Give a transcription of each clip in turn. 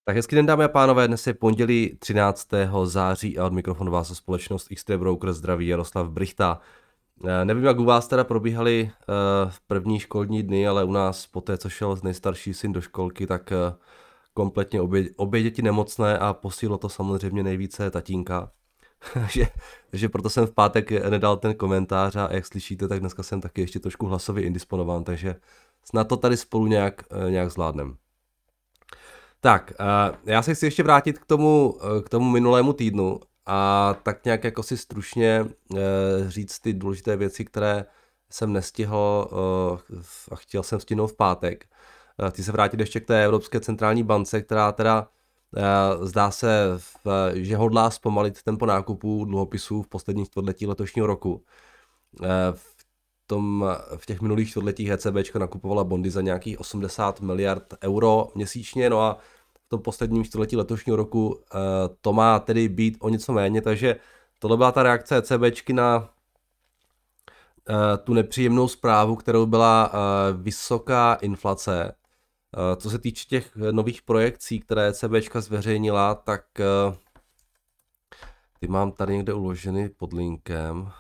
Tak hezký den, dámy a pánové, dnes je pondělí 13. září a od mikrofonu vás společnost XT Broker zdraví Jaroslav Brychta. Nevím, jak u vás teda probíhaly v první školní dny, ale u nás po té, co šel nejstarší syn do školky, tak kompletně obě děti nemocné a posílilo to samozřejmě nejvíce tatínka. takže proto jsem v pátek nedal ten komentář a jak slyšíte, tak dneska jsem taky ještě trošku hlasově indisponován, takže snad to tady spolu nějak zvládnem. Tak, já se chci ještě vrátit k tomu minulému týdnu a tak nějak jako si stručně říct ty důležité věci, které jsem nestihl a chtěl jsem stihnout v pátek. Chci se vrátit ještě k té Evropské centrální bance, která teda zdá se, že hodlá zpomalit tempo nákupu dluhopisů v posledních čtvrtletí letošního roku. V těch minulých čtvrtletích ECBčka nakupovala bondy za nějakých 80 miliard euro měsíčně, no a v tom posledním čtvrtletí letošního roku to má tedy být o něco méně, takže tohle byla ta reakce ECBčky na tu nepříjemnou zprávu, kterou byla vysoká inflace. Co se týče těch nových projekcí, které ECBčka zveřejnila, tak ty mám tady někde uloženy pod linkem.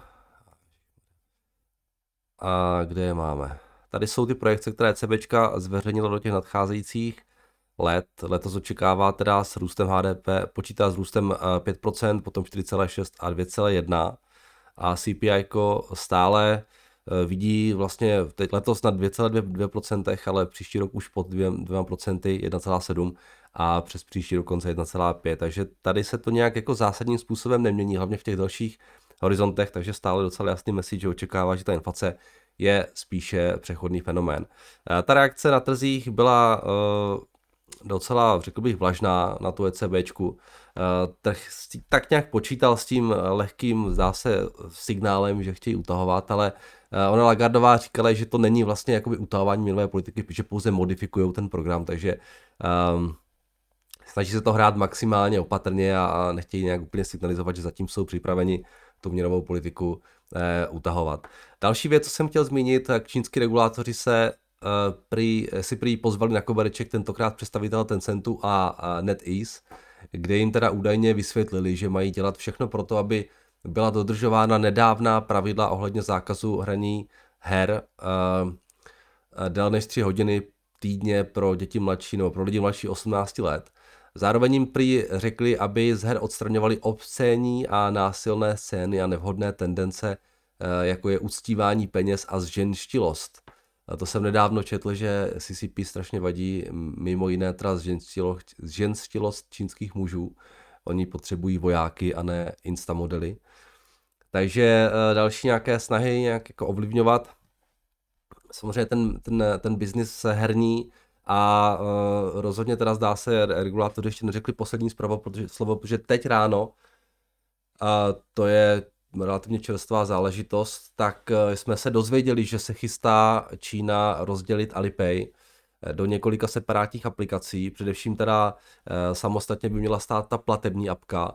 A kde je máme? Tady jsou ty projekce, které ECBčka zveřejnila do těch nadcházejících let. Letos očekává teda s růstem HDP, počítá s růstem 5%, potom 4,6 a 2,1. A CPI stále vidí vlastně teď letos na 2,2%, ale příští rok už pod 2%, 1,7 a přes příští dokonce 1,5. Takže tady se to nějak jako zásadním způsobem nemění, hlavně v těch dalších horizontech, takže stále docela jasný message, že očekává, že ta inflace je spíše přechodný fenomén. Ta reakce na trzích byla docela, řekl bych, vlažná na tu ECBčku. Tak nějak počítal s tím lehkým, zdá se, signálem, že chtějí utahovat, ale ona Lagardová říkala, že to není vlastně jakoby utahování měnové politiky, že pouze modifikují ten program, takže snaží se to hrát maximálně opatrně a nechtějí nějak úplně signalizovat, že zatím jsou připraveni tu měnovou politiku utahovat. Další věc, co jsem chtěl zmínit, tak čínský regulátoři si prý pozvali na kobereček tentokrát představitel Tencentu a NetEase, kde jim teda údajně vysvětlili, že mají dělat všechno pro to, aby byla dodržována nedávná pravidla ohledně zákazu hraní her déle než 3 hodiny týdně pro děti mladší nebo pro lidi mladší 18 let. Zároveň jim prý řekli, aby z her odstraňovali obscénní a násilné scény a nevhodné tendence, jako je uctívání peněz a zženštilost. A to jsem nedávno četl, že CCP strašně vadí, mimo jiné teda zženštilost čínských mužů. Oni potřebují vojáky a ne instamodely. Takže další nějaké snahy nějak jako ovlivňovat samozřejmě ten biznis herní a rozhodně teda zdá se, regulátoři ještě neřekli poslední slovo, protože teď ráno, to je relativně čerstvá záležitost, tak jsme se dozvěděli, že se chystá Čína rozdělit Alipay do několika separátních aplikací, především teda samostatně by měla stát ta platební apka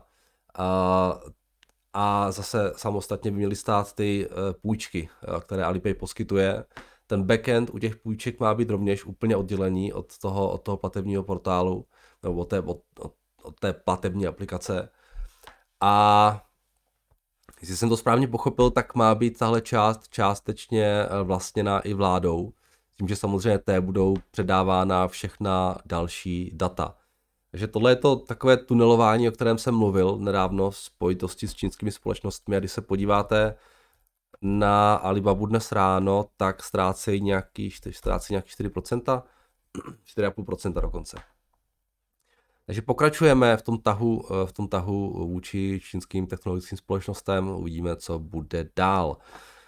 a zase samostatně by měly stát ty půjčky, které Alipay poskytuje. Ten backend u těch půjček má být rovněž úplně oddělený od toho platebního portálu nebo od té platební aplikace. A jestli jsem to správně pochopil, tak má být tahle část částečně vlastněná i vládou, tím, že samozřejmě té budou předávána všechna další data. Takže tohle je to takové tunelování, o kterém jsem mluvil nedávno v spojitosti s čínskými společnostmi. A když se podíváte na Alibabu dnes ráno, tak ztrácejí nějaký 4%, 4,5% dokonce. Takže pokračujeme v tom tahu vůči čínským technologickým společnostem, uvidíme, co bude dál.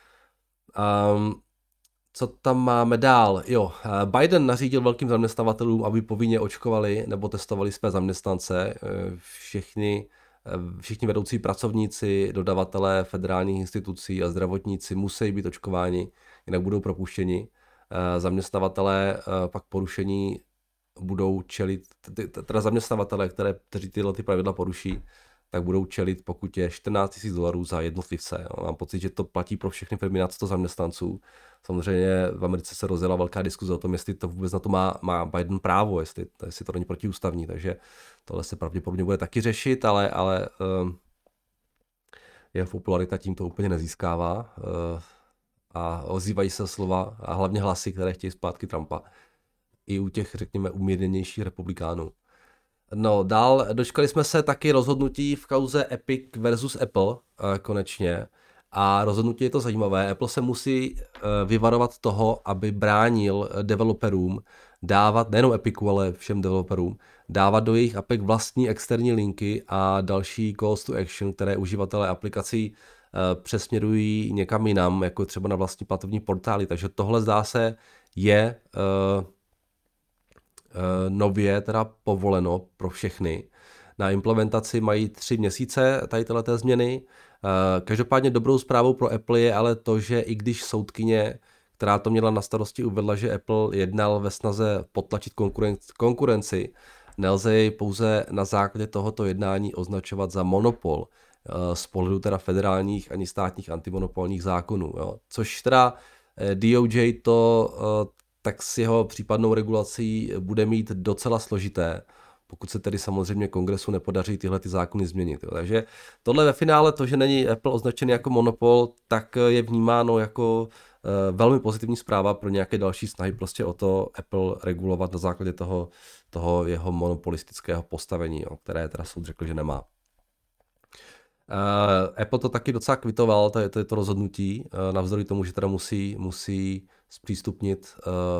Co tam máme dál? Biden nařídil velkým zaměstnavatelům, aby povinně očkovali nebo testovali své zaměstnance. Všichni vedoucí pracovníci, dodavatelé federálních institucí a zdravotníci musí být očkováni, jinak budou propuštěni. Zaměstnavatelé pak porušení budou čelit, teda zaměstnavatelé, kteří tyhle pravidla poruší, tak budou čelit pokutě $14,000 za jednotlivce. Jo. Mám pocit, že to platí pro všechny firmy nad 100 zaměstnanců. Samozřejmě v Americe se rozjela velká diskuze o tom, jestli to vůbec na to má Biden právo, jestli to není protiústavní, takže tohle se pravděpodobně bude taky řešit, ale jeho popularita tímto úplně nezískává a ozývají se slova a hlavně hlasy, které chtějí zpátky Trumpa. I u těch, řekněme, umírněnějších republikánů. No, dál dočkali jsme se taky rozhodnutí v kauze Epic versus Apple konečně. A rozhodnutí je to zajímavé. Apple se musí vyvarovat toho, aby bránil developerům dávat, nejenom Epicu, ale všem developerům, dávat do jejich apek vlastní externí linky a další calls to action, které uživatelé aplikací přesměrují někam jinam, jako třeba na vlastní platební portály. Takže tohle zdá se je nově teda povoleno pro všechny. Na implementaci mají 3 měsíce tady tyhleté změny. Každopádně dobrou zprávou pro Apple je ale to, že i když soudkyně, která to měla na starosti, uvedla, že Apple jednal ve snaze potlačit konkurenci, nelze jej pouze na základě tohoto jednání označovat za monopol z pohledu teda federálních ani státních antimonopolních zákonů. Jo. Což teda DOJ to tak s jeho případnou regulací bude mít docela složité, pokud se tedy samozřejmě kongresu nepodaří tyhle ty zákony změnit. Jo. Takže tohle ve finále, to, že není Apple označený jako monopol, tak je vnímáno jako velmi pozitivní zpráva pro nějaké další snahy prostě o to Apple regulovat na základě toho jeho monopolistického postavení, jo, které teda soud řekl, že nemá. Apple to taky docela kvitoval, to je to rozhodnutí, navzdory tomu, že teda musí zpřístupnit,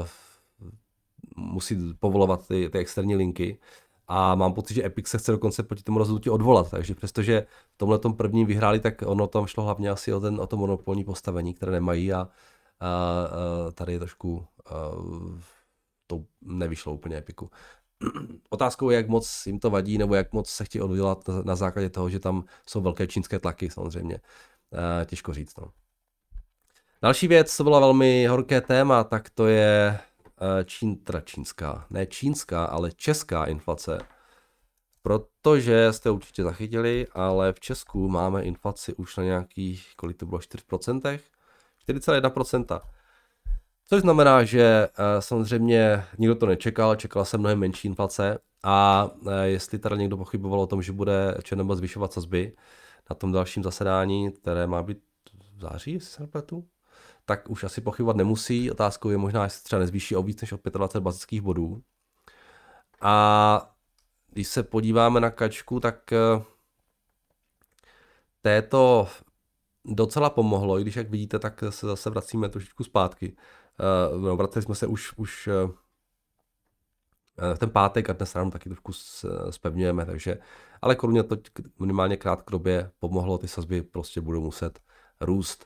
musí povolovat ty externí linky. A mám pocit, že Epic se chce dokonce proti tomu rozhodnutí odvolat, takže přestože v tomhletom prvním vyhráli, tak ono tam šlo hlavně asi o to monopolní postavení, které nemají a tady je trošku to nevyšlo úplně Epicu. Otázkou je, jak moc jim to vadí, nebo jak moc se chtějí oddělat na základě toho, že tam jsou velké čínské tlaky samozřejmě. Těžko říct. No. Další věc, co byla velmi horké téma, tak to je čínská, ale česká inflace. Protože jste určitě zachytili, ale v Česku máme inflaci už na nějakých, kolik to bylo, 4%? 4,1%. Což znamená, že samozřejmě nikdo to nečekal, čekala se mnohem menší inflace a jestli teda někdo pochyboval o tom, že bude ČNB zvyšovat sazby na tom dalším zasedání, které má být v září, jestli se nepletu, tak už asi pochybovat nemusí. Otázkou je možná, jestli třeba nezvýší o víc než o 25 bazických bodů. A když se podíváme na kačku, tak této docela pomohlo, i když jak vidíte, tak se zase vracíme trošičku zpátky. Vraceli jsme se už v ten pátek a dnes ráno taky trošku zpevňujeme, takže, ale koruně to minimálně krátkodobě pomohlo, ty sazby prostě budou muset růst.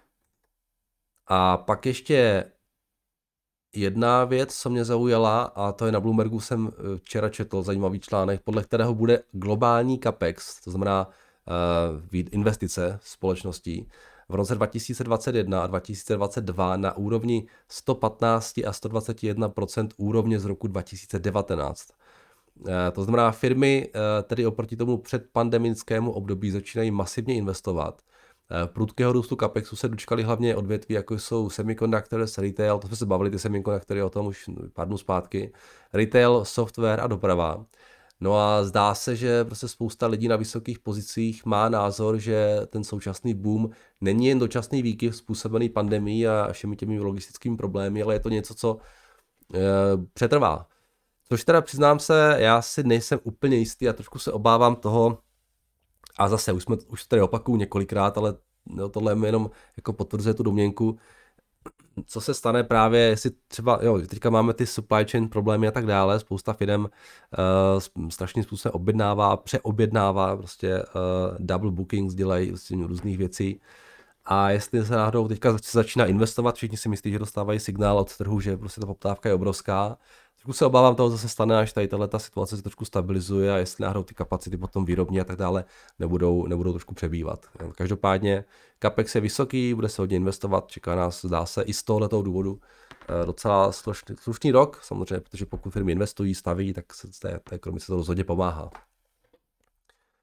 A pak ještě jedna věc, co mě zaujala, a to je na Bloombergu jsem včera četl zajímavý článek, podle kterého bude globální capex, to znamená investice společností, v roce 2021 a 2022 na úrovni 115 a 121% úrovně z roku 2019. To znamená, firmy tedy oproti tomu předpandemickému období začínají masivně investovat. Prudkého růstu capexu se dočkali hlavně odvětví, jako jsou semiconductors, retail, to jsme se bavili, ty semiconductory o tom už pár dnů zpátky, retail, software a doprava. No a zdá se, že prostě spousta lidí na vysokých pozicích má názor, že ten současný boom není jen dočasný výkyv způsobený pandemií a všemi těmi logistickými problémy, ale je to něco, co přetrvá. Což teda přiznám se, já si nejsem úplně jistý a trošku se obávám toho, a zase už tady opakuju několikrát, ale no, tohle mi jenom jako potvrzuje tu domněnku, co se stane právě, jestli třeba, teďka máme ty supply chain problémy a tak dále, spousta firm strašným způsobem objednává, přeobjednává, prostě double bookings dělají různých věcí. A jestli se náhodou teďka začíná investovat, všichni si myslí, že dostávají signál od trhu, že prostě ta poptávka je obrovská. Trošku se obávám toho, co se stane, až tady tato situace se trošku stabilizuje a jestli náhodou ty kapacity potom výrobní a tak dále nebudou trošku přebývat. Každopádně capex je vysoký, bude se hodně investovat, čeká nás, zdá se, i z tohoto důvodu docela slušný rok, samozřejmě, protože pokud firmy investují, staví, tak se té ekonomice to rozhodně pomáhá.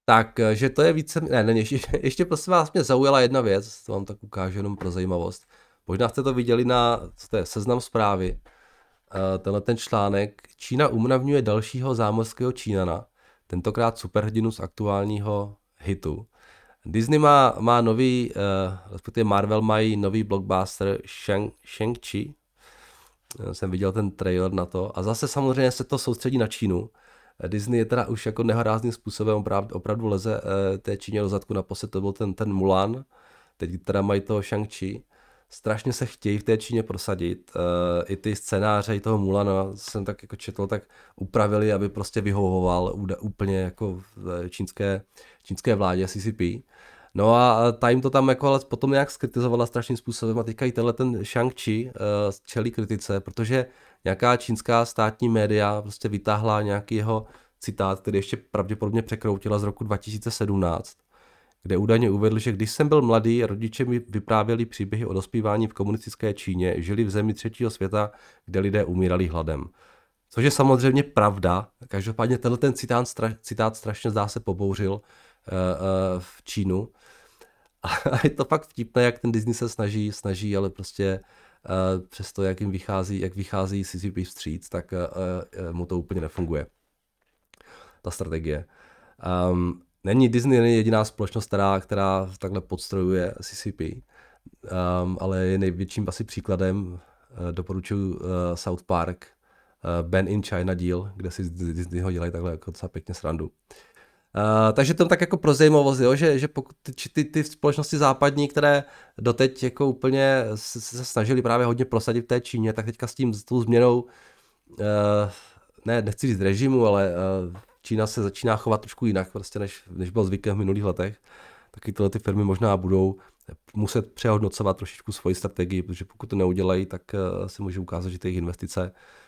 Tak, že to je více, ne, ještě prosím vás, mě zaujala jedna věc, to vám tak ukážu jenom pro zajímavost. Možná jste to viděli na, co to je, Seznam Zprávy, tenhle ten článek. Čína umravňuje dalšího zámořského Čínana, tentokrát superhrdinu z aktuálního hitu. Disney má nový, respektive Marvel mají nový blockbuster Shang-Chi. Jsem viděl ten trailer na to a zase samozřejmě se to soustředí na Čínu. Disney je teda už jako nehorázným způsobem opravdu leze té Číně do zadku, naposled to byl ten Mulan, teď teda mají toho Shang-Chi. Strašně se chtějí v té Číně prosadit. I ty scénáře, i toho Mulana jsem tak jako četl, tak upravili, aby prostě vyhovoval úplně jako čínské vládě CCP. No a ta jim to tam jako ale potom nějak skritizovala strašným způsobem a teďka i tenhle ten Shang-Chi čelí kritice, protože nějaká čínská státní média prostě vytáhla nějaký jeho citát, který ještě pravděpodobně překroutila z roku 2017, kde údajně uvedl, že když jsem byl mladý, rodiče mi vyprávěli příběhy o dospívání v komunistické Číně, žili v zemi třetího světa, kde lidé umírali hladem. Což je samozřejmě pravda, každopádně tenhle ten citát strašně zdá se pobouřil v Čínu. A je to fakt vtipné, jak ten Disney se snaží, ale prostě přesto, jak vychází CCP vstříc, tak mu to úplně nefunguje. Ta strategie. Disney není jediná společnost, která takhle podstrojuje CCP, ale je největším asi příkladem, doporučuji South Park, Ben in China díl, kde si z Disneyho dělají takhle jako docela pěkně srandu. Takže to tak jako pro zajímavost, jo, že pokud ty společnosti západní, které doteď jako úplně se snažili právě hodně prosadit v té Číně, tak teďka s tou změnou, nechci říct režimu, ale Čína se začíná chovat trošku jinak, prostě než bylo zvykem v minulých letech. Taky tyhle ty firmy možná budou muset přehodnocovat trošičku svoji strategii, protože pokud to neudělají, tak se může ukázat, že ty jejich investice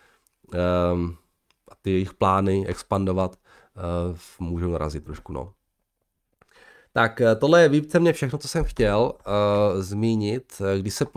a ty jejich plány expandovat můžou narazit trošku, no. Tak tohle je víceméně všechno, co jsem chtěl zmínit. Když se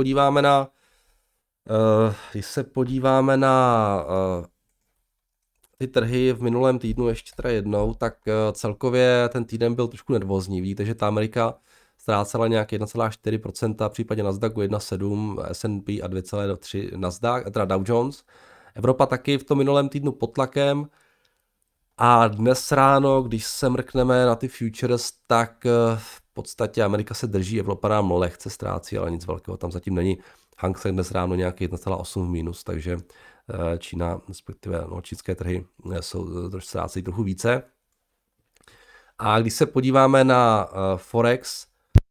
podíváme na ty trhy v minulém týdnu ještě teda jednou, tak celkově ten týden byl trošku nervózní. Vidíte, že ta Amerika ztrácela nějak 1,4%, v případě Nasdaqu 1,7%, S&P a 2,3% Nasdaq, teda Dow Jones. Evropa taky v tom minulém týdnu pod tlakem. A dnes ráno, když se mrkneme na ty futures, tak v podstatě Amerika se drží, Evropa nám lehce ztrácí, ale nic velkého tam zatím není. Hang Seng dnes ráno nějaký 1,8 minus, takže Čína, respektive čínské trhy ztrácejí trochu více. A když se podíváme na Forex,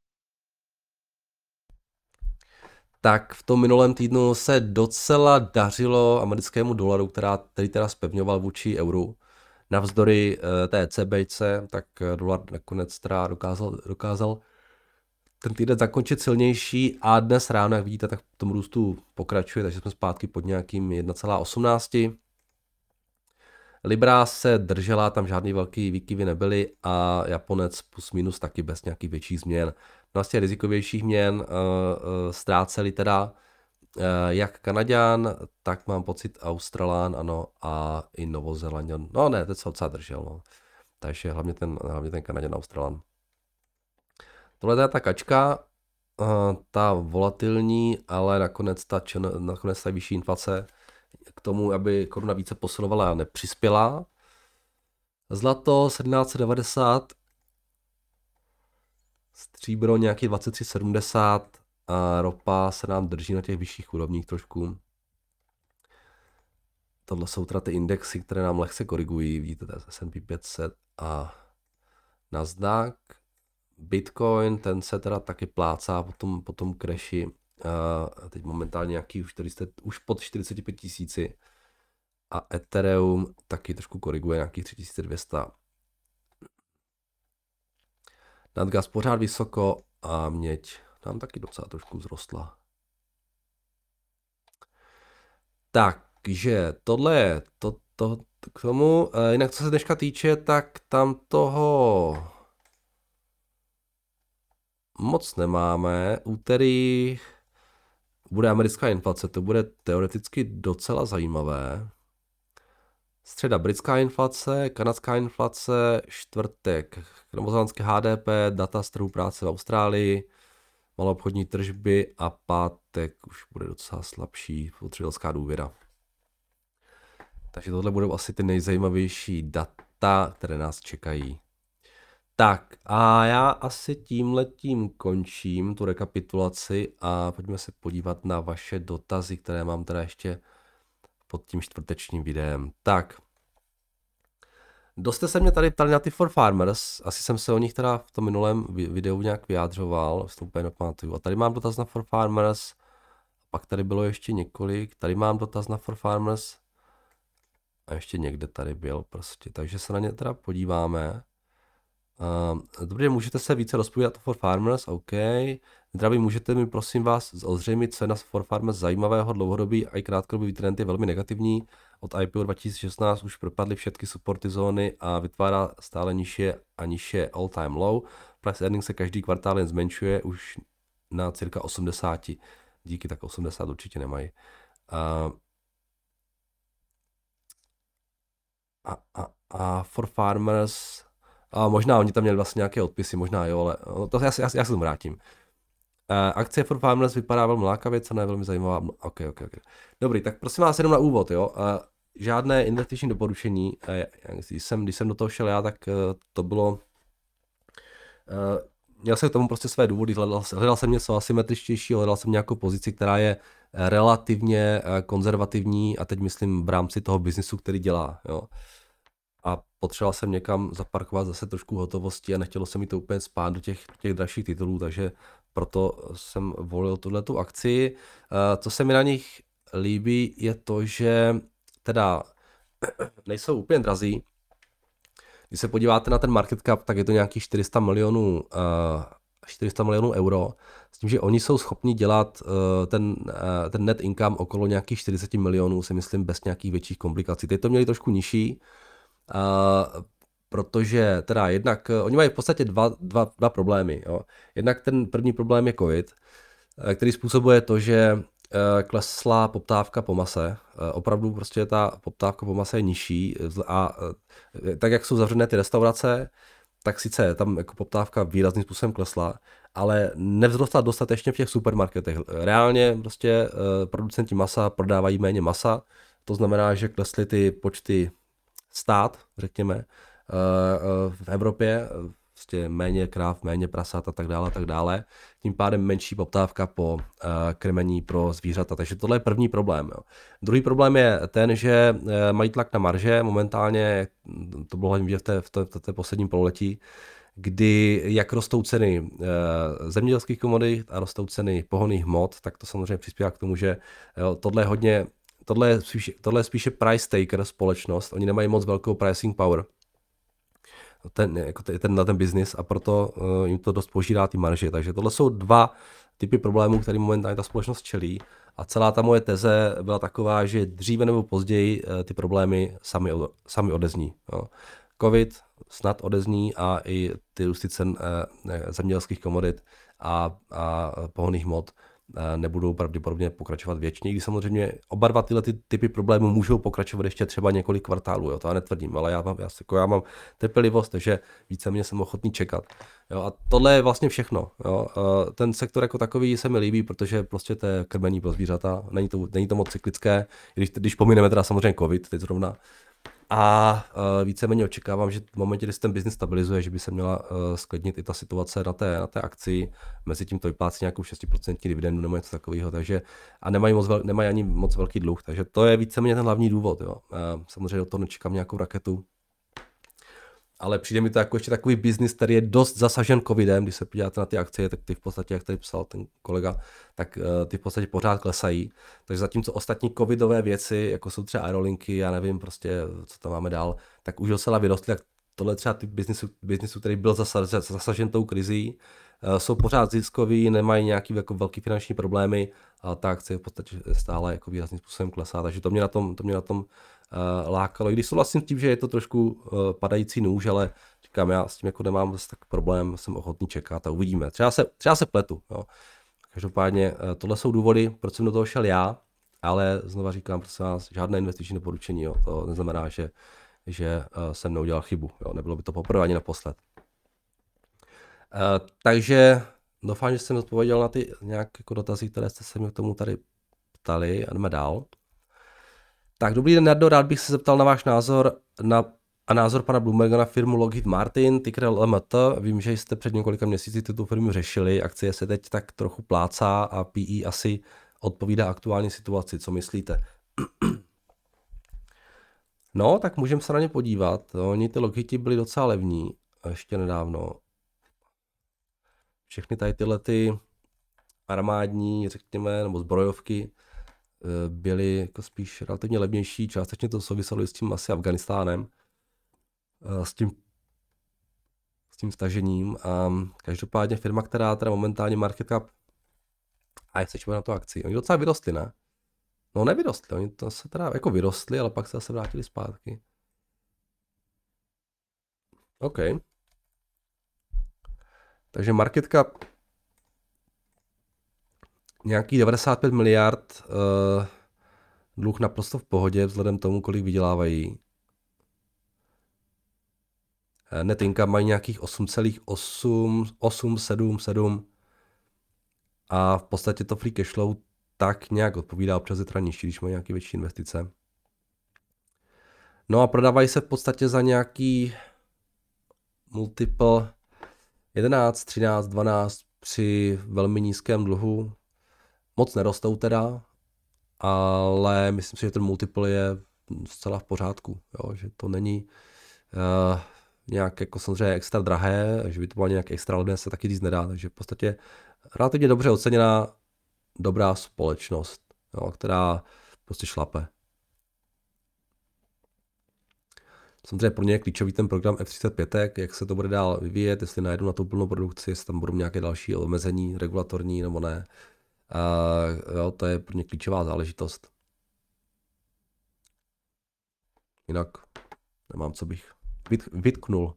tak v tom minulém týdnu se docela dařilo americkému dolaru, který teda zpevňoval vůči euru. Navzdory té ECBčce, tak dolar nakonec teda dokázal ten týden zakončit silnější a dnes ráno, jak vidíte, tak v tom růstu pokračuje, takže jsme zpátky pod nějakým 1,18. Libra se držela, tam žádný velký výkyvy nebyly a Japonec plus minus taky bez nějakých větších změn. No a z těch rizikovějších měn ztráceli teda jak Kanaďan, tak mám pocit Australán, ano, a i Novozélanďan. No ne, teď se docela držel, no. Takže hlavně ten Kanaďan, Australán. Tohle je ta kačka, ta volatilní, ale nakonec ta vyšší inflace k tomu, aby koruna více posilovala, nepřispěla. Zlato 1790, stříbro nějaký 23,70 a ropa se nám drží na těch vyšších úrovních trošku. Tohle jsou teda ty indexy, které nám lehce korigují, vidíte, to je S&P 500 a Nasdaq. Bitcoin, ten se teda taky plácá po tom crashi. Teď momentálně nějaký už pod 45 000. A Ethereum taky trošku koriguje, nějakých 3200. Nadgas pořád vysoko a měď nám taky docela trošku vzrostla. Takže tohle je to k tomu. Jinak co se dneška týče, tak tam toho moc nemáme. Úterý bude americká inflace, to bude teoreticky docela zajímavé. Středa britská inflace, kanadská inflace, čtvrtek novozélandské HDP, data z trhu práce v Austrálii, maloobchodní tržby a pátek už bude docela slabší spotřebitelská důvěra. Takže tohle budou asi ty nejzajímavější data, které nás čekají. Tak a já asi tímhletím končím tu rekapitulaci a pojďme se podívat na vaše dotazy, které mám teda ještě pod tím čtvrtečním videem. Tak, dost jste se mě tady ptali na ty For Farmers, asi jsem se o nich teda v tom minulém videu nějak vyjádřoval, to úplně nepamatuju. A tady mám dotaz na For Farmers, pak tady bylo ještě několik, tady mám dotaz na For Farmers a ještě někde tady byl prostě, takže se na ně teda podíváme. Dobře, můžete se více rozpovídat o For Farmers, OK. Zdraví, můžete mi prosím vás ozřejmit, co je na For Farmers zajímavého, dlouhodobý a i krátkodobý trend je velmi negativní. Od IPO 2016 už propadly všechny supporty zóny a vytvárá stále nižší a nižší all time low. Price earnings se každý kvartál jen zmenšuje už na cirka 80. Díky, tak 80 určitě nemají. A For Farmers... A možná oni tam měli vlastně nějaké odpisy, možná jo, ale to já se tomu vrátím. Akcie For Farmers vypadá velmi lákavě, cena je velmi zajímavá. OK. Dobrý, tak prosím vás jenom na úvod, jo. Žádné investiční doporučení. Když jsem do toho šel já, tak to bylo... Měl jsem k tomu prostě své důvody, hledal jsem něco asymetričtějšího, hledal jsem nějakou pozici, která je relativně konzervativní a teď myslím v rámci toho biznisu, který dělá, jo. A potřeboval jsem někam zaparkovat zase trošku hotovosti a nechtělo se mi to úplně spát do těch dražších titulů, takže proto jsem volil tuhletu akci. Co se mi na nich líbí, je to, že teda nejsou úplně drazí. Když se podíváte na ten market cap, tak je to nějakých 400 milionů euro, s tím, že oni jsou schopni dělat ten net income okolo nějakých 40 milionů, si myslím, bez nějakých větších komplikací. Teď to měli trošku nižší, protože teda jednak, oni mají v podstatě dva problémy. Jo. Jednak ten první problém je COVID, který způsobuje to, že klesla poptávka po mase. Opravdu prostě ta poptávka po mase je nižší a tak, jak jsou zavřené ty restaurace, tak sice tam jako poptávka výrazným způsobem klesla, ale nevzrostla dostatečně v těch supermarketech. Reálně prostě producenti masa prodávají méně masa, to znamená, že klesly ty počty stát, řekněme, v Evropě, prostě méně kráv, méně prasat a tak dále. Tím pádem menší poptávka po krmení pro zvířata. Takže tohle je první problém. Jo. Druhý problém je ten, že mají tlak na marže. Momentálně, to bylo hlavně v té posledním pololetí, kdy jak rostou ceny zemědělských komodit a rostou ceny pohonných hmot, tak to samozřejmě přispívá k tomu, že jo, tohle je spíše price taker společnost, oni nemají moc velkou pricing power na ten biznis a proto jim to dost požírá ty marže. Takže tohle jsou dva typy problémů, které momentálně ta společnost čelí a celá ta moje teze byla taková, že dříve nebo později ty problémy sami odezní. Jo. COVID snad odezní a i ty růsty cen zemědělských komodit a pohonných hmot nebudou pravděpodobně pokračovat věčně, když samozřejmě oba dva tyhle typy problémů můžou pokračovat ještě třeba několik kvartálů, jo, to já netvrdím, ale já mám trpělivost, takže víceméně jsem ochotný čekat. Jo, a tohle je vlastně všechno. Jo. Ten sektor jako takový se mi líbí, protože prostě to je krmení pro zvířata, není to moc cyklické, když pomineme teda samozřejmě COVID teď zrovna. A víceméně očekávám, že v momentě, kdy se ten biznis stabilizuje, že by se měla sklidnit i ta situace na té akci, mezi tím to vyplácí nějakou 6% dividendu nebo něco takového, takže a nemají ani moc velký dluh, takže to je víceméně ten hlavní důvod. Jo. Samozřejmě od toho nečekám nějakou raketu, ale přijde mi to jako ještě takový biznis, který je dost zasažen covidem, když se podíváte na ty akcie, tak ty v podstatě, jak tady psal ten kolega, tak ty v podstatě pořád klesají. Takže zatímco ostatní covidové věci, jako jsou třeba aerolinky, já nevím prostě, co tam máme dál, tak už docela vyrostly, tak tohle třeba ty biznisu, který byl zasažen tou krizí, jsou pořád ziskový, nemají nějaký jako velký finanční problémy, a ta akcie v podstatě stále jako výrazným způsobem klesá, takže to mě na tom lákalo. I když souhlasím s tím, že je to trošku padající nůž, ale říkám, já s tím jako nemám zase tak problém, jsem ochotný čekat a uvidíme. Třeba se pletu. Jo. Každopádně tohle jsou důvody, proč jsem do toho šel já Ale znova říkám, prosím vás, žádné investiční doporučení, jo. To neznamená, že jsem neudělal chybu, jo. Nebylo by to poprvé ani naposled. Takže doufám, že jsem odpověděl na ty nějaké jako dotazy, které jste se mi k tomu tady ptali a jdeme dál. Tak, dobrý den, Nardo, rád bych se zeptal na váš názor a názor pana Bloomberga na firmu Lockheed Martin, ticker LMT. Vím, že jste před několika měsíci tuto firmu řešili, akcie se teď tak trochu plácá a PE asi odpovídá aktuální situaci. Co myslíte? No, tak můžeme se na ně podívat. Oni ty Lockheedy byly docela levní ještě nedávno. Všechny tady tyhle ty armádní, řekněme, nebo zbrojovky byly jako spíš relativně levnější. Částečně to souviselo s tím asi Afganistánem, s tím stažením. A každopádně firma, která teda momentálně market cap, a jak se na to akci, oni docela vyrostli, ne? No nevyrostli, oni to se teda jako vyrostli, ale pak se zase vrátili zpátky. OK. Takže market cap nějaký 95 miliard, dluh naprosto v pohodě vzhledem tomu, kolik vydělávají. Net income mají nějakých 8,7 a v podstatě to free cash flow tak nějak odpovídá, občas je teda nižší, když mají nějaké větší investice. No a prodávají se v podstatě za nějaký multiple 11, 13, 12 při velmi nízkém dluhu. Moc nerostou teda, ale myslím si, že ten multiple je zcela v pořádku, jo? Že to není nějak jako samozřejmě extra drahé, že by to bylo nějak extra levné, se taky říct nedá, takže v podstatě relativně dobře oceněná dobrá společnost, jo, která prostě šlape. Samozřejmě pro ně je klíčový ten program F-35, jak se to bude dál vyvíjet, jestli najednou na tu plnou produkci, jestli tam budou nějaké další omezení regulatorní nebo ne. Jo, to je pro ně klíčová záležitost. Jinak nemám, co bych vytknul.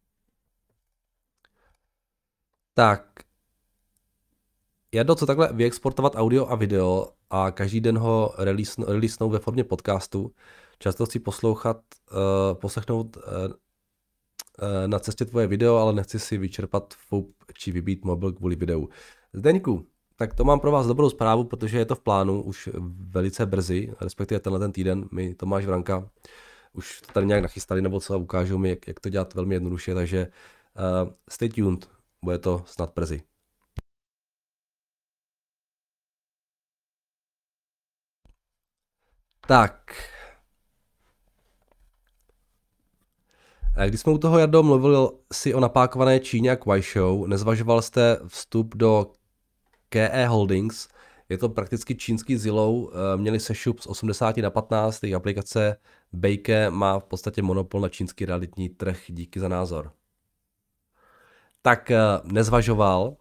Tak, Jardo, co takhle vyexportovat audio a video a každý den ho releasenou ve formě podcastu, často chci poslechnout na cestě tvoje video, ale nechci si vyčerpat FOUP či vybít mobil kvůli videu. Zdeňku, tak to mám pro vás dobrou zprávu, protože je to v plánu už velice brzy, respektive tenhle ten týden mi Tomáš Vranka už to tady nějak nachystali, nebo co, ukážou mi, jak to dělat velmi jednoduše, takže stay tuned, bude to snad brzy. Tak. Když jsme u toho, Jardo, mluvil si o napákované Číně a Kuaishou, nezvažoval jste vstup do KE Holdings, je to prakticky čínský Zillow, měli sešup z 80 na 15, jejich aplikace Bejke má v podstatě monopol na čínský realitní trh, díky za názor. Tak nezvažoval,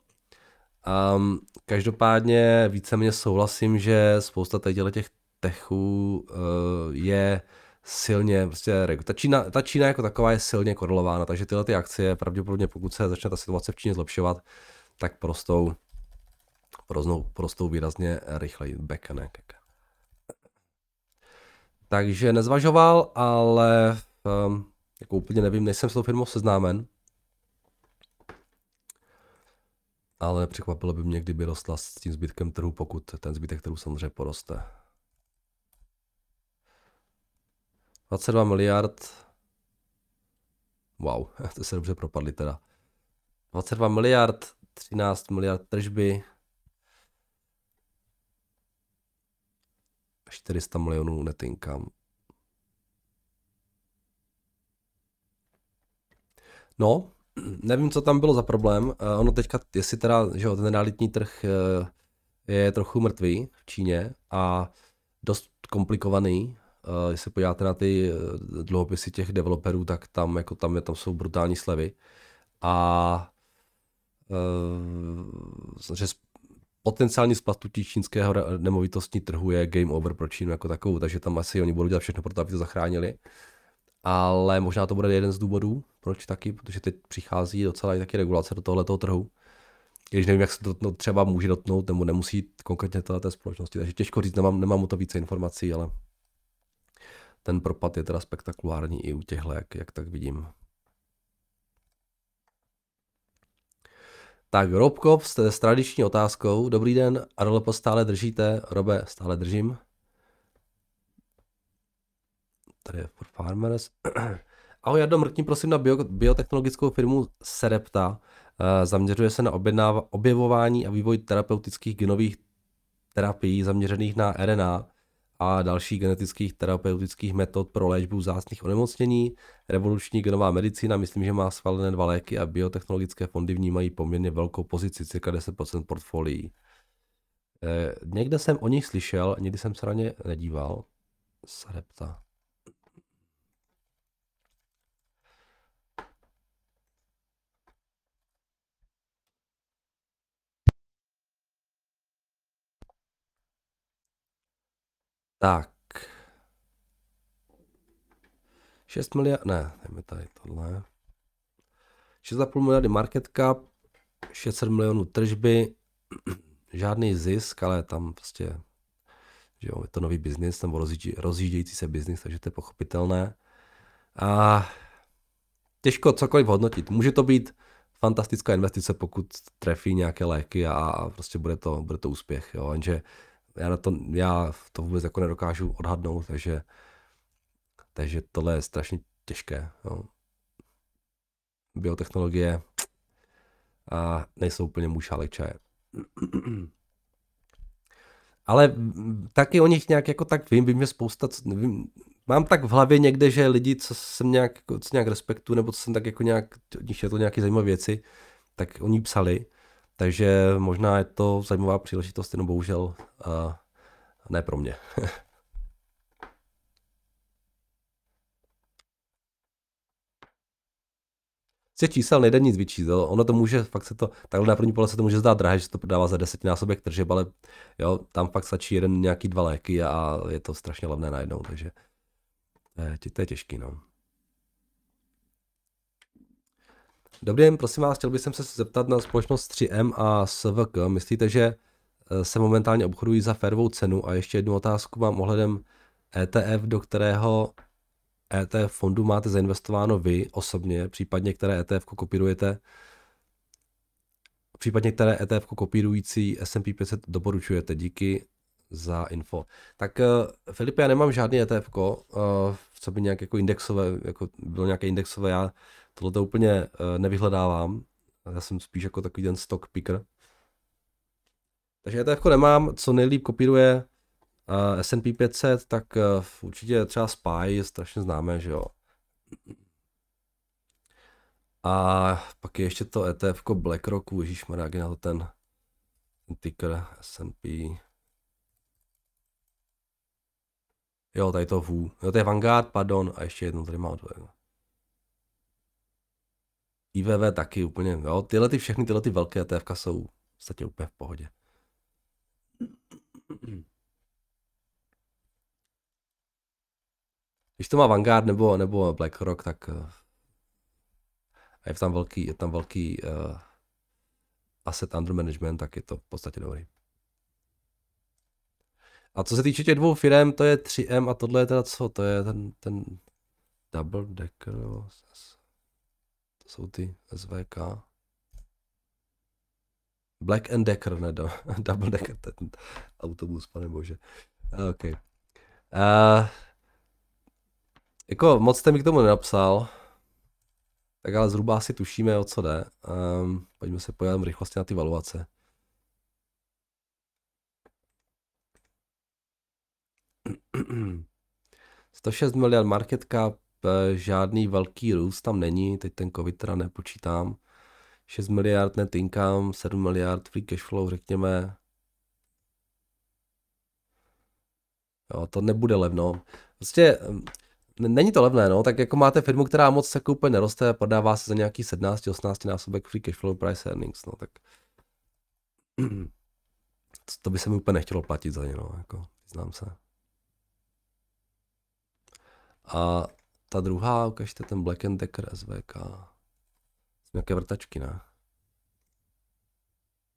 každopádně víceméně souhlasím, že spousta těch techů je silně, prostě ta Čína jako taková je silně korelována, takže tyhle ty akcie pravděpodobně, pokud se začne ta situace v Číně zlepšovat, tak prostou výrazně rychleji back. Takže nezvažoval, ale jako úplně nevím, nejsem s tou firmou seznámen, ale nepřekvapilo by mě, kdyby rostla s tím zbytkem trhu, pokud ten zbytek trhu samozřejmě poroste. 22 miliard. Wow, to se dobře propadly teda. 22 miliard, 13 miliard tržby, 400 milionů net income. No, nevím, co tam bylo za problém. Ono teďka, jestli teda, že ten realitní trh je trochu mrtvý v Číně a dost komplikovaný. Když se podíváte na ty dluhopisy těch developerů, tak tam jsou brutální slevy. A že potenciální splatnutí čínského nemovitostní trhu je game over pro Čínu jako takovou, takže tam asi oni budou dělat všechno pro to, aby to zachránili. Ale možná to bude jeden z důvodů, proč taky, protože teď přichází docela i taky regulace do tohoto trhu. Když nevím, jak se to třeba může dotknout, nebo nemusí konkrétně té společnosti, takže těžko říct, nemám o to více informací, ale ten propad je teda spektakulární i u těchhle, jak tak vidím. Tak, Robkov s tradiční otázkou. Dobrý den, RLP stále držíte? Robe, stále držím. Tady je for Farmers. Ahoj, Jardo, mrkni prosím na biotechnologickou firmu Serepta. Zaměřuje se na objevování a vývoj terapeutických genových terapií zaměřených na RNA a dalších genetických terapeutických metod pro léčbu vzácných onemocnění. Revoluční genová medicína, myslím, že má schválené 2 léky a biotechnologické fondy v ní mají poměrně velkou pozici, cirka 10% portfolií. Někde jsem o nich slyšel, nikdy jsem se na ně nedíval. Sarepta. Tak. 6 miliard, ne, jdeme tady tohle. 6,5 miliardy market cap, 600 milionů tržby, žádný zisk, ale tam prostě, že jo, je to nový biznis, nebo rozjíždějící se biznis, takže to je pochopitelné. A těžko cokoliv hodnotit. Může to být fantastická investice, pokud trefí nějaké léky a prostě bude to úspěch, jo, jenže já to vůbec jako nedokážu odhadnout, takže tohle je strašně těžké, jo. Biotechnologie a nejsou úplně můj šálek čaje. Ale taky o nich nějak jako tak vím že spousta, mám tak v hlavě někde, že lidi, co nějak respektuju, nebo co jsem tak jako nějak, od nich četl nějaké zajímavé věci, tak oni psali, takže možná je to zajímavá příležitost, jenom bohužel ne pro mě. Z těch čísel nejde nic vyčíst, jo. Ono to může, fakt se to, takhle na první pohled se to může zdát drahé, že to prodává za 10násobek tržeb, ale jo, tam fakt stačí nějaký 2 léky a je to strašně levné najednou, takže to je těžký, no. Dobrý den, prosím vás, chtěl bych se zeptat na společnost 3M a SVK. Myslíte, že se momentálně obchodují za férovou cenu? A ještě jednu otázku mám ohledem ETF, do kterého ETF fondu máte zainvestováno vy osobně, případně které ETF kopírujete, případně které ETF kopírující S&P 500 doporučujete. Díky za info. Tak Filipe, já nemám žádný ETF, co by nějak jako indexové, jako bylo nějaké indexové, já tohle úplně nevyhledávám. Já jsem spíš jako takový ten stock picker. Takže ETF nemám, co nejlíp kopíruje S&P 500, tak určitě třeba SPY je strašně známé, že jo. A pak je ještě to ETF BlackRocku, ježišmarja, jak je na to ten ticker S&P. Jo, tady to VU. Jo, to je Vanguard, pardon, a ještě jedno tady má odvojen. IVV taky úplně, jo, všechny tyhle velké ETF jsou v podstatě úplně v pohodě. Když to má Vanguard nebo BlackRock, tak je tam velký asset under management, tak je to v podstatě dobrý. A co se týče těch 2 firm, to je 3M a tohle je teda co? To je ten Double Decker, to jsou ty SVK. Black and Decker, ne Double Decker, to je ten autobus, pane bože. OK. Jako moc jste mi k tomu nenapsal, tak ale zhruba asi tušíme, o co jde. Pojďme se podívat v rychlosti na ty valuace. $106 miliard market cap, žádný velký růst tam není, teď ten covid teda nepočítám. 6 miliard net income, 7 miliard free cash flow, řekněme. Jo, to nebude levno. Prostě není to levné, no, tak jako máte firmu, která moc se úplně neroste, prodává se za nějaký 17-18 násobek free cash flow price earnings, no, tak to by se mi úplně nechtělo platit za ně, no, jako, znám se. A ta druhá, ukažte ten Black and Decker SVK. Nějaké vrtačky, ne?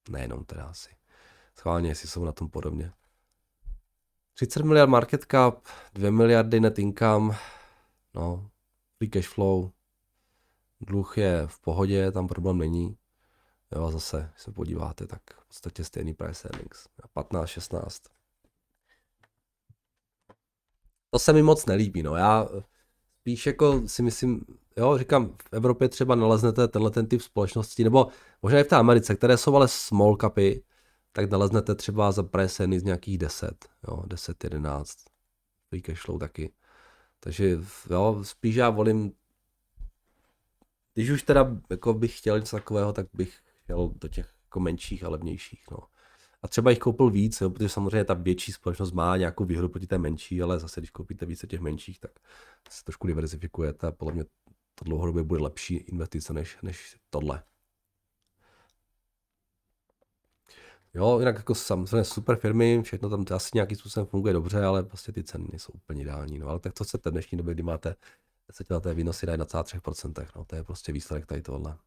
Nejenom teda asi. Schválně, jestli jsou na tom podobně. 30 miliard market cap, 2 miliardy net income, no, free cash flow, dluh je v pohodě, tam problém není. Jo, a zase, když se podíváte, tak v podstatě stejný price earnings. 15, 16. To se mi moc nelíbí, no. Já spíš jako si myslím, jo, říkám, v Evropě třeba naleznete ten typ společností, nebo možná i v té Americe, které jsou ale small capy, tak naleznete třeba za price earnings nějakých 10, jo, 10, 11. Free cash flow taky. Takže jo, spíš já volím, když už teda jako bych chtěl něco takového, tak bych chtěl do těch jako menších a levnějších, no. A třeba jich koupil víc, jo, protože samozřejmě ta větší společnost má nějakou výhodu proti té menší, ale zase když koupíte více těch menších, tak se trošku diverzifikujete a podle mě to dlouhodobě bude lepší investice než tohle. Jo, jinak jako samozřejmě super firmy, všechno tam asi nějakým způsobem funguje dobře, ale prostě ty ceny nejsou úplně ideální. No ale tak to chcete v dnešní době, kdy máte 10leté výnosy na 1,3%, no to je prostě výsledek tady tohle.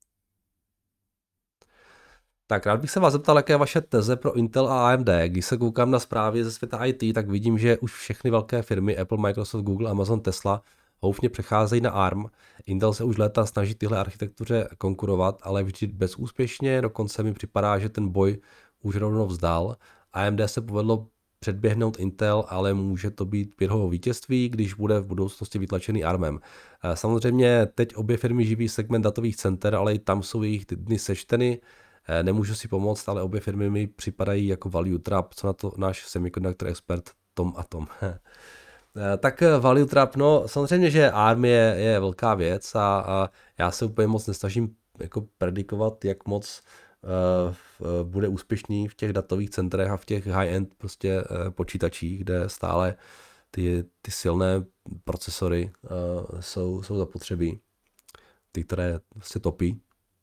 Tak rád bych se vás zeptal, jaké je vaše teze pro Intel a AMD. Když se koukám na zprávy ze světa IT, tak vidím, že už všechny velké firmy, Apple, Microsoft, Google, Amazon, Tesla, houfně přecházejí na ARM. Intel se už léta snaží tyhle architektuře konkurovat, ale vždy bezúspěšně, dokonce mi připadá, že ten boj už rovnou vzdal. AMD se povedlo předběhnout Intel, ale může to být jeho vítězství, když bude v budoucnosti vytlačený ARMem. Samozřejmě teď obě firmy živí segment datových center, ale i tam jsou jejich dny sečteny. Nemůžu si pomoct, ale obě firmy mi připadají jako value trap. Co na to náš semiconductor expert Tom a Tom? Tak value trap, no samozřejmě, že ARM je velká věc a já se úplně moc nesnažím jako predikovat, jak moc bude úspěšný v těch datových centrech a v těch high-end prostě počítačích, kde stále ty silné procesory jsou zapotřebí, ty, které se topí.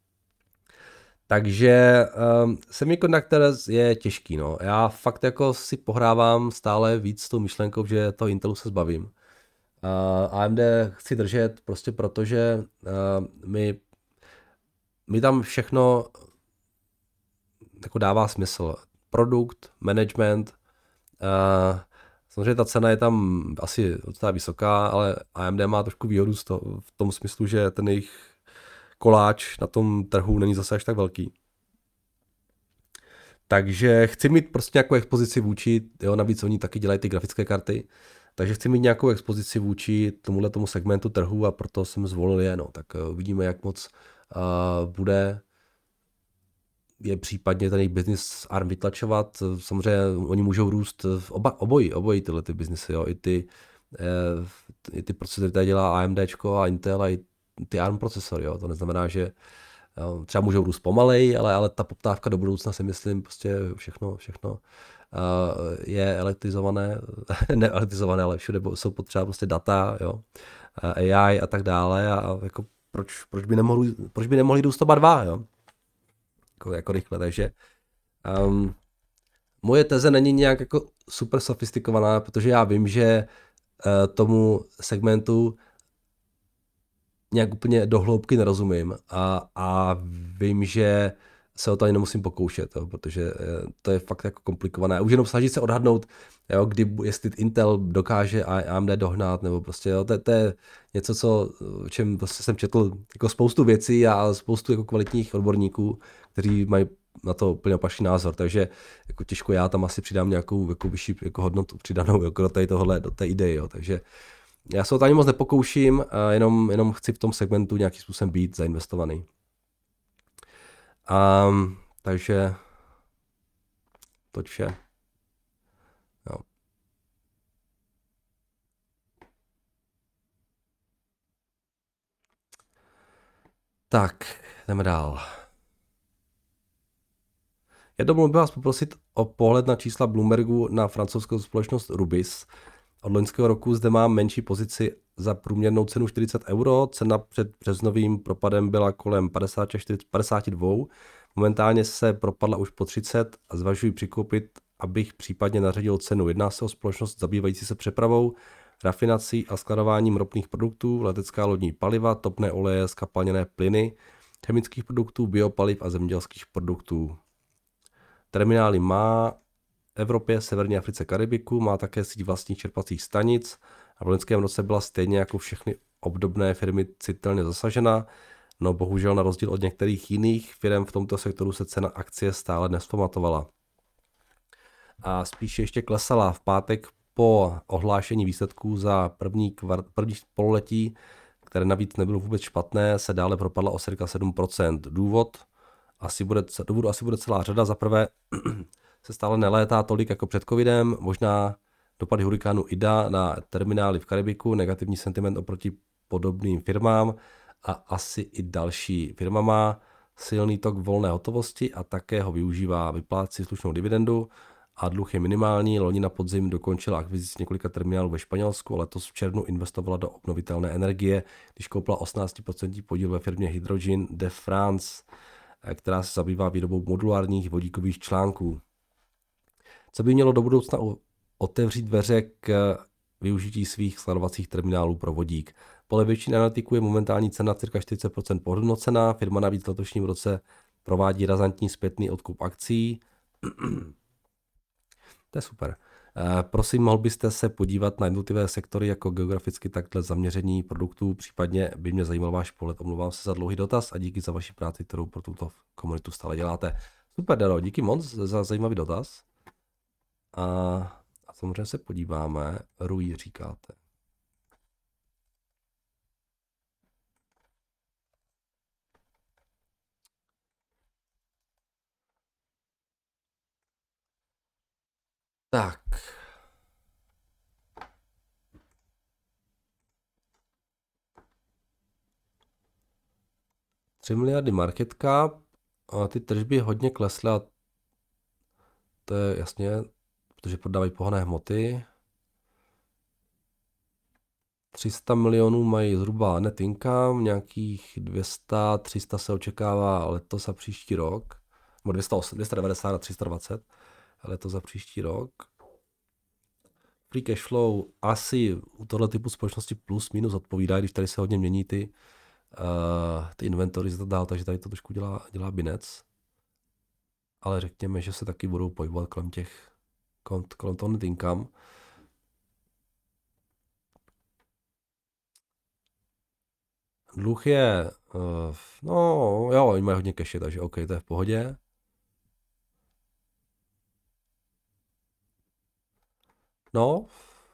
Takže semiconductor je těžký, no. Já fakt jako si pohrávám stále víc s tou myšlenkou, že toho Intelu se zbavím. AMD chci držet prostě protože mi tam všechno jako dává smysl. Produkt, management, samozřejmě ta cena je tam asi docela vysoká, ale AMD má trošku výhodu v tom smyslu, že ten jejich koláč na tom trhu není zase až tak velký. Takže chci mít prostě nějakou expozici vůči, jo, navíc oni taky dělají ty grafické karty, takže chci mít nějakou expozici vůči tomu segmentu trhu a proto jsem zvolil je, no. Tak uvidíme, jak moc je případně ten jejich biznis ARM vytlačovat. Samozřejmě oni můžou růst v obojí tyhle ty biznisy, jo, i ty procesory, které dělá AMDčko a Intel a i ty ARM procesory, jo. To neznamená, že třeba můžou růst pomalej, ale ta poptávka do budoucna si myslím, prostě všechno je elektrizované, ne elektrizované, ale všude jsou potřeba prostě data, jo, AI a tak dále a jako proč by nemohli růst oba dva, jo, jako rychle, takže moje teze není nějak jako super sofistikovaná, protože já vím, že tomu segmentu nějak úplně do hloubky nerozumím a vím, že se o to ani nemusím pokoušet, jo, protože to je fakt jako komplikované. Už jenom snažit se odhadnout, jo, jestli Intel dokáže AMD dohnat, nebo prostě jo, to je něco, o čem prostě jsem četl jako spoustu věcí a spoustu jako kvalitních odborníků, kteří mají na to úplně opačný názor, takže jako těžko já tam asi přidám nějakou jako vyšší jako hodnotu přidanou jako do té idei, jo, takže já se o to ani moc nepokouším, jenom chci v tom segmentu nějakým způsobem být zainvestovaný. Takže to vše. Jo. Tak, jdeme dál. Já bych vás poprosit o pohled na čísla Bloombergu na francouzskou společnost Rubis. Od loňského roku zde mám menší pozici za průměrnou cenu 40 euro. Cena před březnovým propadem byla kolem 52. Momentálně se propadla už po 30 a zvažuji přikoupit, abych případně nařadil cenu. Jedná se o společnost zabývající se přepravou, rafinací a skladováním ropných produktů, letecká lodní paliva, topné oleje, skapalněné plyny, chemických produktů, biopaliv a zemědělských produktů. Terminály má v Evropě, Severní Africe, Karibiku, má také síť vlastních čerpacích stanic a v loňském roce byla stejně jako všechny obdobné firmy citelně zasažena. No bohužel na rozdíl od některých jiných firm v tomto sektoru se cena akcie stále nevzpamatovala. A spíše ještě klesala v pátek po ohlášení výsledků za první pololetí, které navíc nebylo vůbec špatné, se dále propadla o cirka 7%. Důvodu asi bude celá řada. Za prvé se stále nelétá tolik jako před covidem, možná dopady hurikánu Ida na terminály v Karibiku, negativní sentiment oproti podobným firmám a asi i další. Firma má silný tok volné hotovosti a také ho využívá, vyplácí slušnou dividendu a dluh je minimální. Loni na podzim dokončila akvizici několika terminálů ve Španělsku a letos v červnu investovala do obnovitelné energie, když koupila 18% podíl ve firmě Hydrogen de France, která se zabývá výrobou modulárních vodíkových článků. Co by mělo do budoucna otevřít dveře k využití svých skladovacích terminálů pro vodík. Podle většiny analytiků je momentální cena cirka 40% podhodnocená. Firma navíc v letošním roce provádí razantní zpětný odkup akcí. To je super. Prosím, mohl byste se podívat na jednotlivé sektory jako geograficky, takhle zaměření produktů, případně by mě zajímal váš pohled. Omlouvám se za dlouhý dotaz a díky za vaši práci, kterou pro tuto komunitu stále děláte. Super, Daro, díky moc za zajímavý dotaz. A samozřejmě se podíváme. Rui říkáte. Tak. 3 miliardy market cap a ty tržby hodně klesly a to je jasně, protože prodávají pohonné hmoty. 300 milionů mají zhruba net income, nějakých 200-300 se očekává letos a příští rok, nebo 290 a 320 letos za příští rok. Free cash flow asi u tohle typu společnosti plus minus odpovídá, když tady se hodně mění ty inventory za to dál, takže tady to trošku dělá binec. Ale řekněme, že se taky budou pohybovat kolem toho net income. Dluh je, no jo, oni mají hodně cache, takže OK, to je v pohodě. No.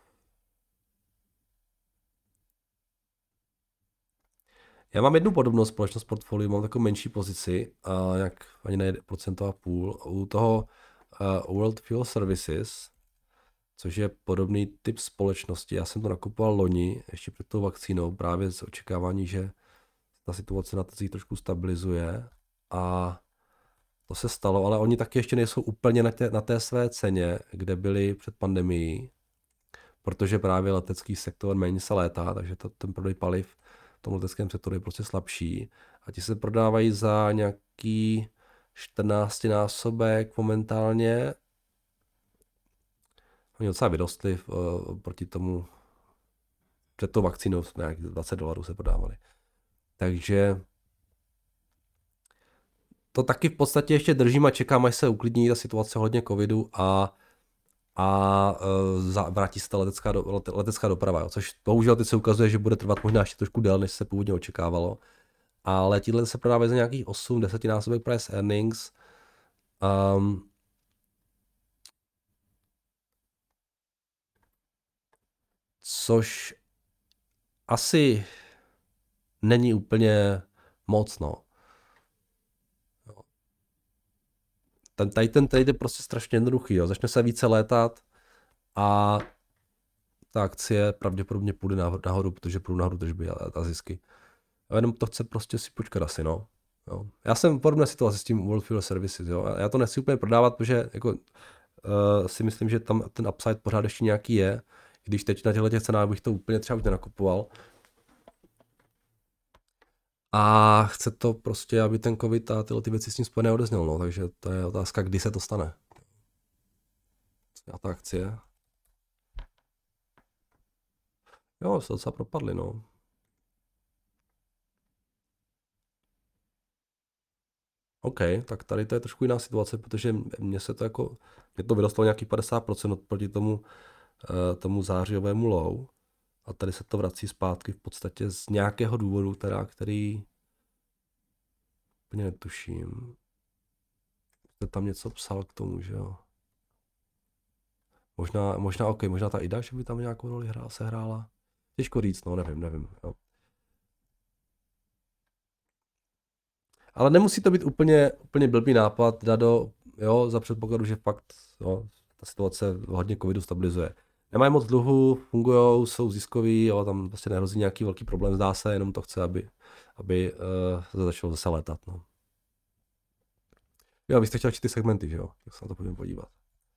Já mám jednu podobnou společnost portfolio, mám takovou menší pozici, jak ani ne 1,5%, u toho World Fuel Services, což je podobný typ společnosti. Já jsem to nakupoval loni, ještě před tou vakcínou, právě z očekávání, že ta situace na trzích trošku stabilizuje a to se stalo, ale oni taky ještě nejsou úplně na té své ceně, kde byli před pandemií, protože právě letecký sektor méně se létá, takže ten prodej paliv v tom leteckém sektoru je prostě slabší a ti se prodávají za nějaký 14násobek momentálně. Oni docela vyrostli proti tomu, před tou vakcínou nějakých $20 se prodávali. Takže to taky v podstatě ještě držím a čekám, až se uklidní ta situace hodně covidu a vrátí se ta letecká doprava, jo. Což bohužel teď se ukazuje, že bude trvat možná ještě trošku déle, než se původně očekávalo. Ale tíhle se prodávají za nějakých 8-10 násobek price earnings. Což asi není úplně moc, no. Ten trade je prostě strašně jednoduchý, jo. Začne se více létat a ta akcie pravděpodobně půjde nahoru, protože půjdu nahoru tržby a zisky. A jenom to chce prostě si počkat asi, no. Jo. Já jsem v podobné situaci s tím World Fuel Services, jo. Já to nechci úplně prodávat, protože jako, si myslím, že tam ten upside pořád ještě nějaký je, když teď na těchto cenách bych to úplně třeba už nenakupoval. A chce to prostě, aby ten covid a tyhle ty věci s tím spojené odezněl, no. Takže to je otázka, kdy se to stane. A ta akcie. Jo, se docela propadly, no. OK, tak tady to je trošku jiná situace, protože mně to vyrostlo nějaký 50% oproti tomu zářijovému low. A tady se to vrací zpátky v podstatě z nějakého důvodu, který úplně netuším. Jste tam něco psal k tomu, že jo? Možná ta IDA, že by tam nějakou roli sehrála. Těžko říct, no, nevím. Jo. Ale nemusí to být úplně blbý nápad, jo, za předpokladu, že fakt, jo, ta situace hodně covidu stabilizuje. Nemají moc dluhu, fungujou, jsou ziskoví, jo, tam prostě nehrozí nějaký velký problém, zdá se, jenom to chce, aby se začalo zase létat, no. Jo, byste chtěl číst ty segmenty, že jo, tak se na to půjdeme podívat.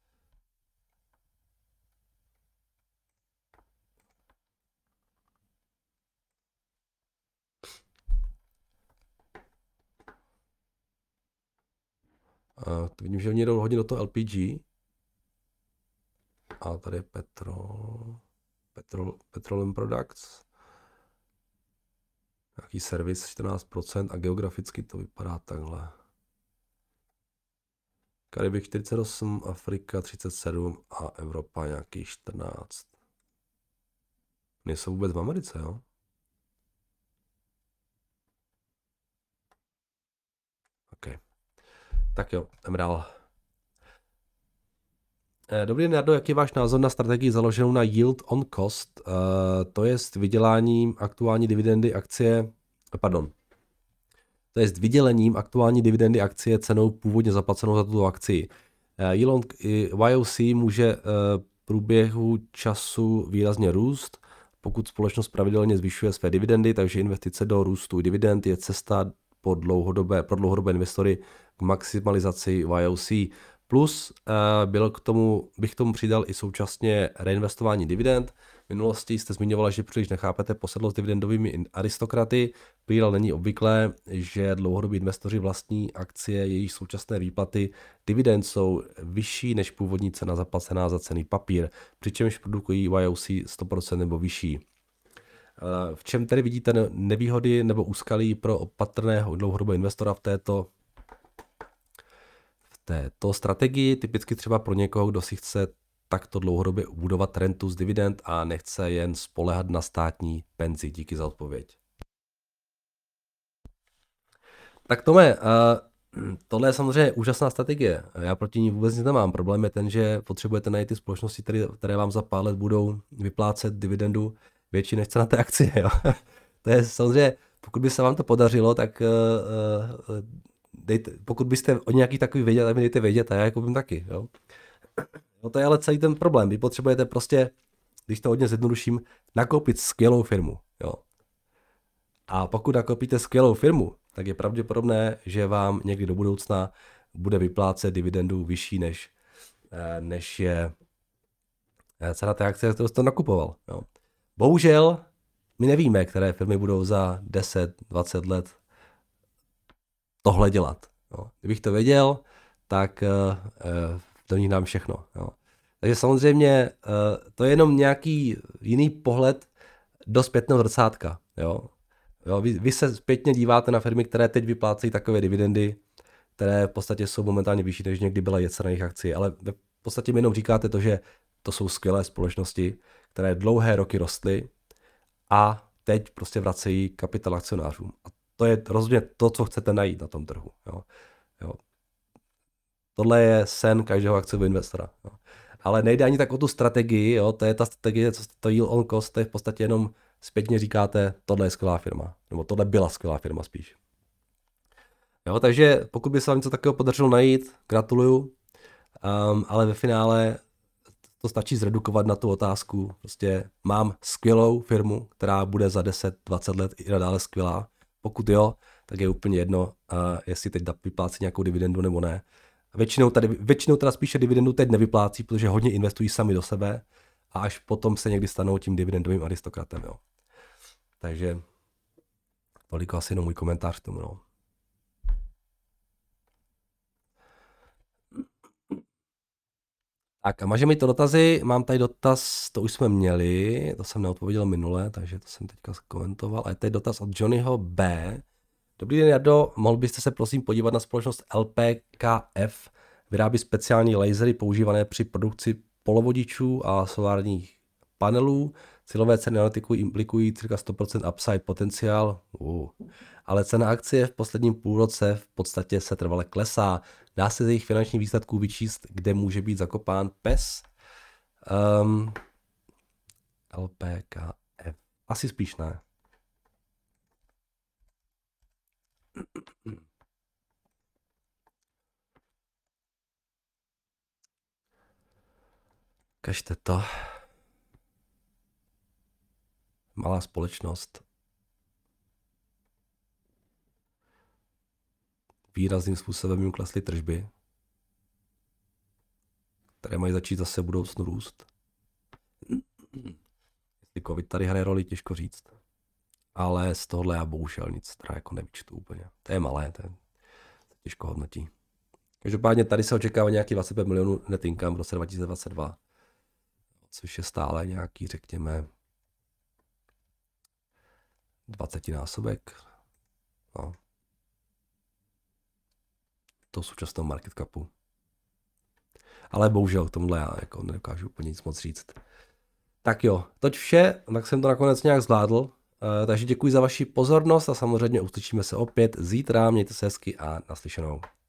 Vidím, že oni jdou hodně do toho LPG. A tady je Petroleum Products. Nějaký servis 14% a geograficky to vypadá takhle. Karibik 48, Afrika 37 a Evropa nějaký 14. Nejsou vůbec v Americe, jo? OK. Tak jo, jdeme dál. Dobrý den, Jardo, jaký je váš názor na strategii založenou na yield on cost, to je vyděláním aktuální dividendy akcie, to je vydělením aktuální dividendy akcie cenou původně zaplacenou za tuto akci. YOC může v průběhu času výrazně růst, pokud společnost pravidelně zvyšuje své dividendy, takže investice do růstu dividend je cesta pro dlouhodobé investory k maximalizaci YOC. Plus bych k tomu přidal i současně reinvestování dividend. V minulosti jste zmiňovala, že příliš nechápete posedlost dividendovými aristokraty. Prý není obvyklé, že dlouhodobí investoři vlastní akcie, jejich současné výplaty dividend jsou vyšší než původní cena zaplacená za cenný papír, přičemž produkují YOC 100% nebo vyšší. V čem tedy vidíte nevýhody nebo úskalí pro opatrného dlouhodobého investora v této strategii, typicky třeba pro někoho, kdo si chce takto dlouhodobě budovat rentu z dividend a nechce jen spoléhat na státní penzi? Díky za odpověď. Tak Tome, tohle je samozřejmě úžasná strategie. Já proti ní vůbec nic nemám. Problém je ten, že potřebujete najít ty společnosti, které vám za pár let budou vyplácet dividendu větší než cena té akcie. Jo. To je samozřejmě, pokud by se vám to podařilo, tak pokud byste o nějaký takový vědět, tak mi dejte vědět a já je koupím taky. Jo. No to je ale celý ten problém. Vy potřebujete prostě, když to hodně zjednoduším, nakoupit skvělou firmu. Jo. A pokud nakoupíte skvělou firmu, tak je pravděpodobné, že vám někdy do budoucna bude vyplácet dividendu vyšší, než je cena té akcie, kterou jste nakupoval. Jo. Bohužel my nevíme, které firmy budou za 10-20 let tohle dělat. Jo. Kdybych to věděl, tak do nich dám všechno. Jo. Takže samozřejmě to je jenom nějaký jiný pohled do zpětného zrcátka. Jo. Jo, vy se zpětně díváte na firmy, které teď vyplácejí takové dividendy, které v podstatě jsou momentálně vyšší, než někdy byla cena jejich akcí, ale v podstatě mi jenom říkáte to, že to jsou skvělé společnosti, které dlouhé roky rostly a teď prostě vracejí kapitál akcionářům. A to je rozhodně to, co chcete najít na tom trhu. Jo. Jo. Tohle je sen každého akciového investora. Jo. Ale nejde ani tak o tu strategii, jo. To je ta strategie, co to yield on cost, to je v podstatě jenom zpětně říkáte, tohle je skvělá firma, nebo tohle byla skvělá firma spíš. Jo, takže pokud by se vám něco takového podařilo najít, gratuluju, ale ve finále to stačí zredukovat na tu otázku, prostě mám skvělou firmu, která bude za 10-20 let i nadále skvělá, pokud jo, tak je úplně jedno, jestli teď vyplácí nějakou dividendu nebo ne. Většinou teda spíše dividendu teď nevyplácí, protože hodně investují sami do sebe a až potom se někdy stanou tím dividendovým aristokratem. Jo. Takže toliko asi jenom můj komentář k tomu. No. Tak a máže mi to dotazy, mám tady dotaz, to už jsme měli, to jsem neodpověděl minule, takže to jsem teďka komentoval. A je tady dotaz od Johnnyho B. Dobrý den, Jardo. Mohl byste se prosím podívat na společnost LPKF? Vyrábí speciální lasery používané při produkci polovodičů a solárních panelů. Cílové ceny analytiků implikují cirka 100% upside potenciál. Ale cena akcie v posledním půlroce v podstatě se trvale klesá. Dá se z jejich finančních výsledků vyčíst, kde může být zakopán pes? LPKF. Asi spíš ne. Kažte to. Malá společnost. Výrazným způsobem jim klesly tržby, které mají začít zase v budoucnu růst. Jestli covid tady hraje roli, těžko říct. Ale z tohohle já bohužel nic teda jako nevyčtu úplně. To je malé, to je těžko hodnotí. Každopádně tady se očekává nějaký 25 milionů net income v roce 2022, což je stále nějaký, řekněme, 20násobek. No. To současného market capu. Ale bohužel k tomuhle já jako nedokážu úplně nic moc říct. Tak jo, toť vše, tak jsem to nakonec nějak zvládl. Takže děkuji za vaši pozornost a samozřejmě uslyšíme se opět zítra. Mějte se hezky a naslyšenou.